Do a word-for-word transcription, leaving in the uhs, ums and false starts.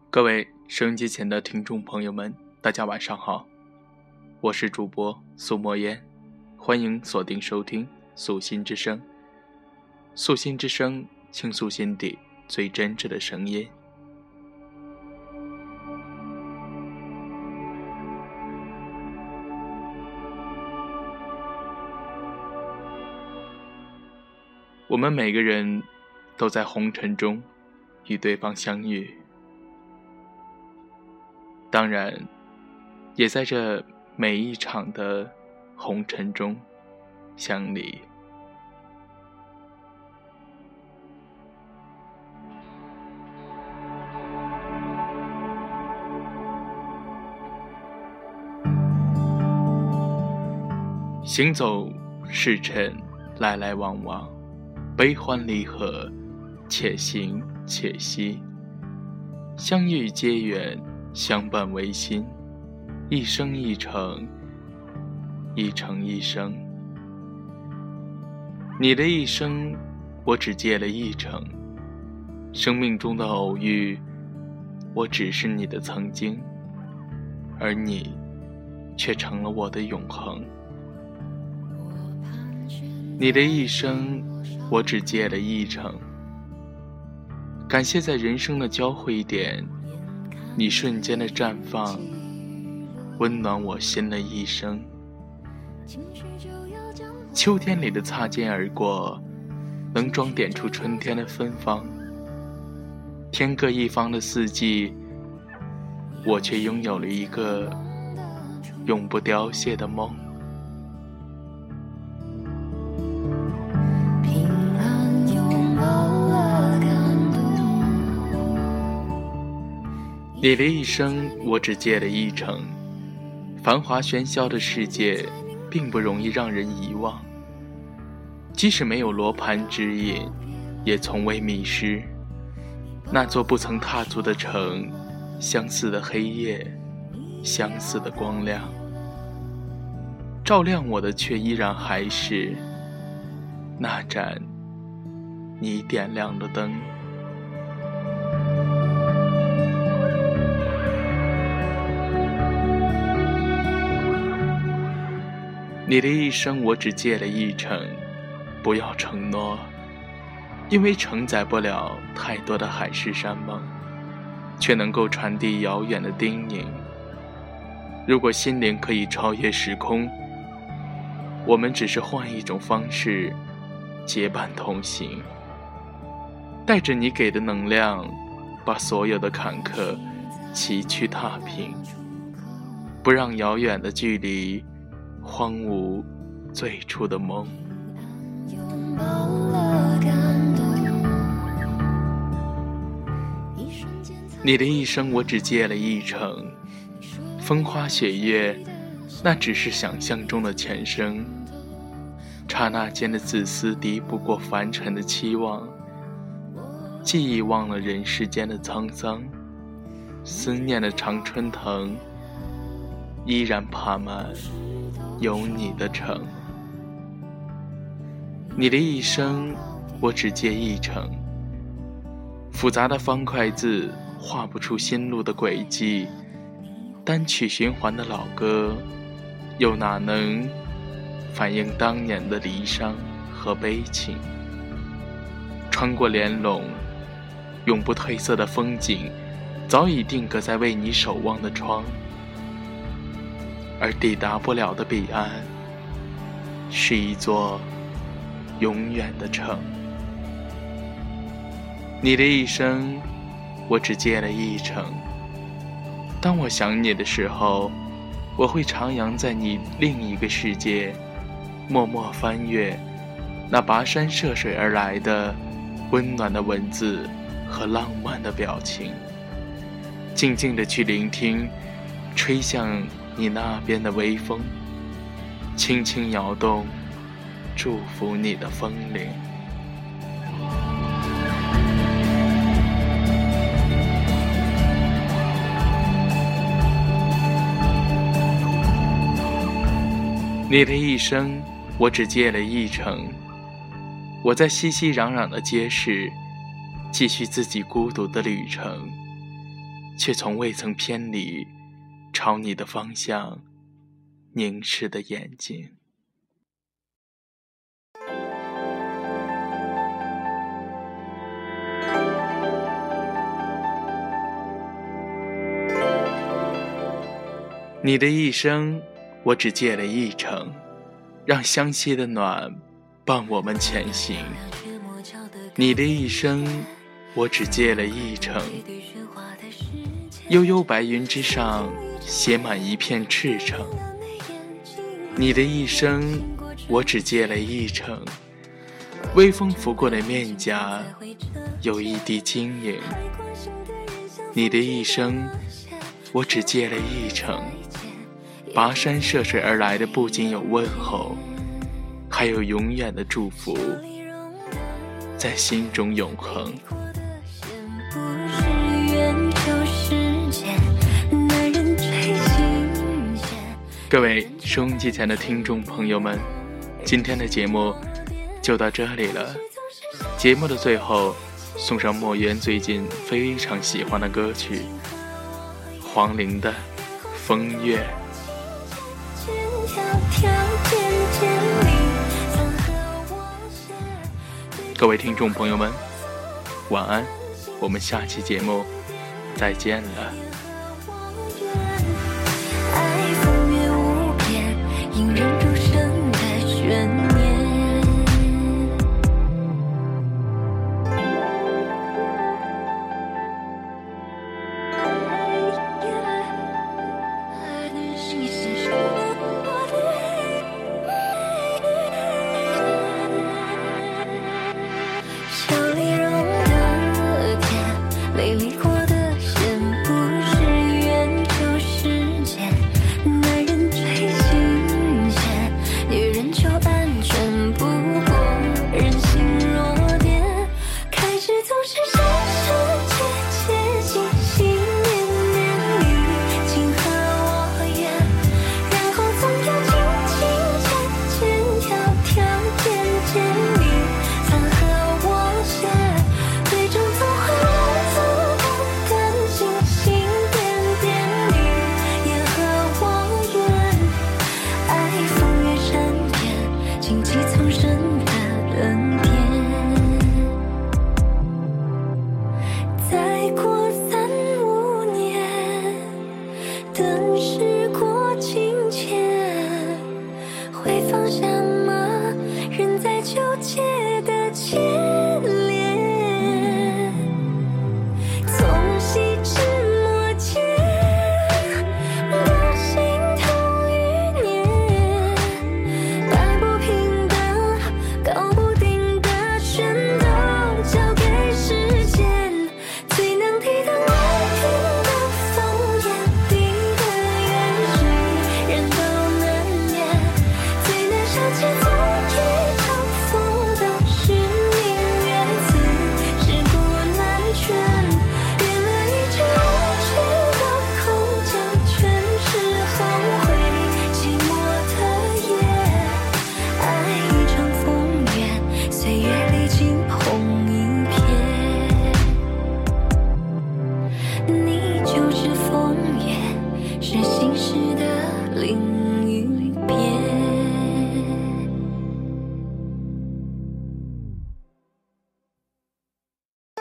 各位收音机前的听众朋友们，大家晚上好，我是主播苏墨烟，欢迎锁定收听素心之声。素心之声，倾诉心底最真挚的声音。我们每个人都在红尘中与对方相遇，当然也在这每一场的红尘中相离。行走世尘，来来往往，悲欢离合，且行且惜。相遇皆缘，相伴为心，一生一程，一程一生。你的一生，我只借了一程。生命中的偶遇，我只是你的曾经，而你却成了我的永恒。你的一生，我只借了一程。感谢在人生的交汇点，你瞬间的绽放，温暖我心的一生。秋天里的擦肩而过，能装点出春天的芬芳。天各一方的四季，我却拥有了一个永不凋谢的梦。你的一生，我只借了一程。繁华喧嚣的世界，并不容易让人遗忘。即使没有罗盘指引，也从未迷失。那座不曾踏足的城，相似的黑夜，相似的光亮，照亮我的却依然还是那盏你点亮的灯。你的一生，我只借了一程。不要承诺，因为承载不了太多的海誓山盟，却能够传递遥远的叮咛。如果心灵可以超越时空，我们只是换一种方式结伴同行，带着你给的能量，把所有的坎坷崎岖踏平，不让遥远的距离荒芜最初的梦。你的一生，我只借了一程。风花雪月，那只是想象中的前生。刹那间的自私，敌不过凡尘的期望。记忆忘了人世间的沧桑，思念的常春藤，依然爬满有你的城。你的一生，我只借一程。复杂的方块字画不出心路的轨迹，单曲循环的老歌又哪能反映当年的离伤和悲情。穿过帘笼，永不褪色的风景早已定格在为你守望的窗，而抵达不了的彼岸，是一座永远的城。你的一生，我只借了一程。当我想你的时候，我会徜徉在你另一个世界，默默翻阅那跋山涉水而来的温暖的文字和浪漫的表情，静静地去聆听吹向你那边的微风，轻轻摇动祝福你的风铃。你的一生，我只借了一程。我在熙熙攘攘的街市，继续自己孤独的旅程， 却从未曾偏离朝你的方向凝视的眼睛。你的一生，我只借了一程，让相惜的暖伴我们前行。你的一生，我只借了一程，悠悠白云之上写满一片赤诚。你的一生，我只借了一程，微风拂过的面颊有一滴晶莹。你的一生，我只借了一程，跋山涉水而来的不仅有问候，还有永远的祝福，在心中永恒。各位收音机前的听众朋友们，今天的节目就到这里了。节目的最后，送上莫言最近非常喜欢的歌曲，黄龄的《风月》。各位听众朋友们，晚安，我们下期节目再见了。等时过境迁，会放下吗？人在纠结。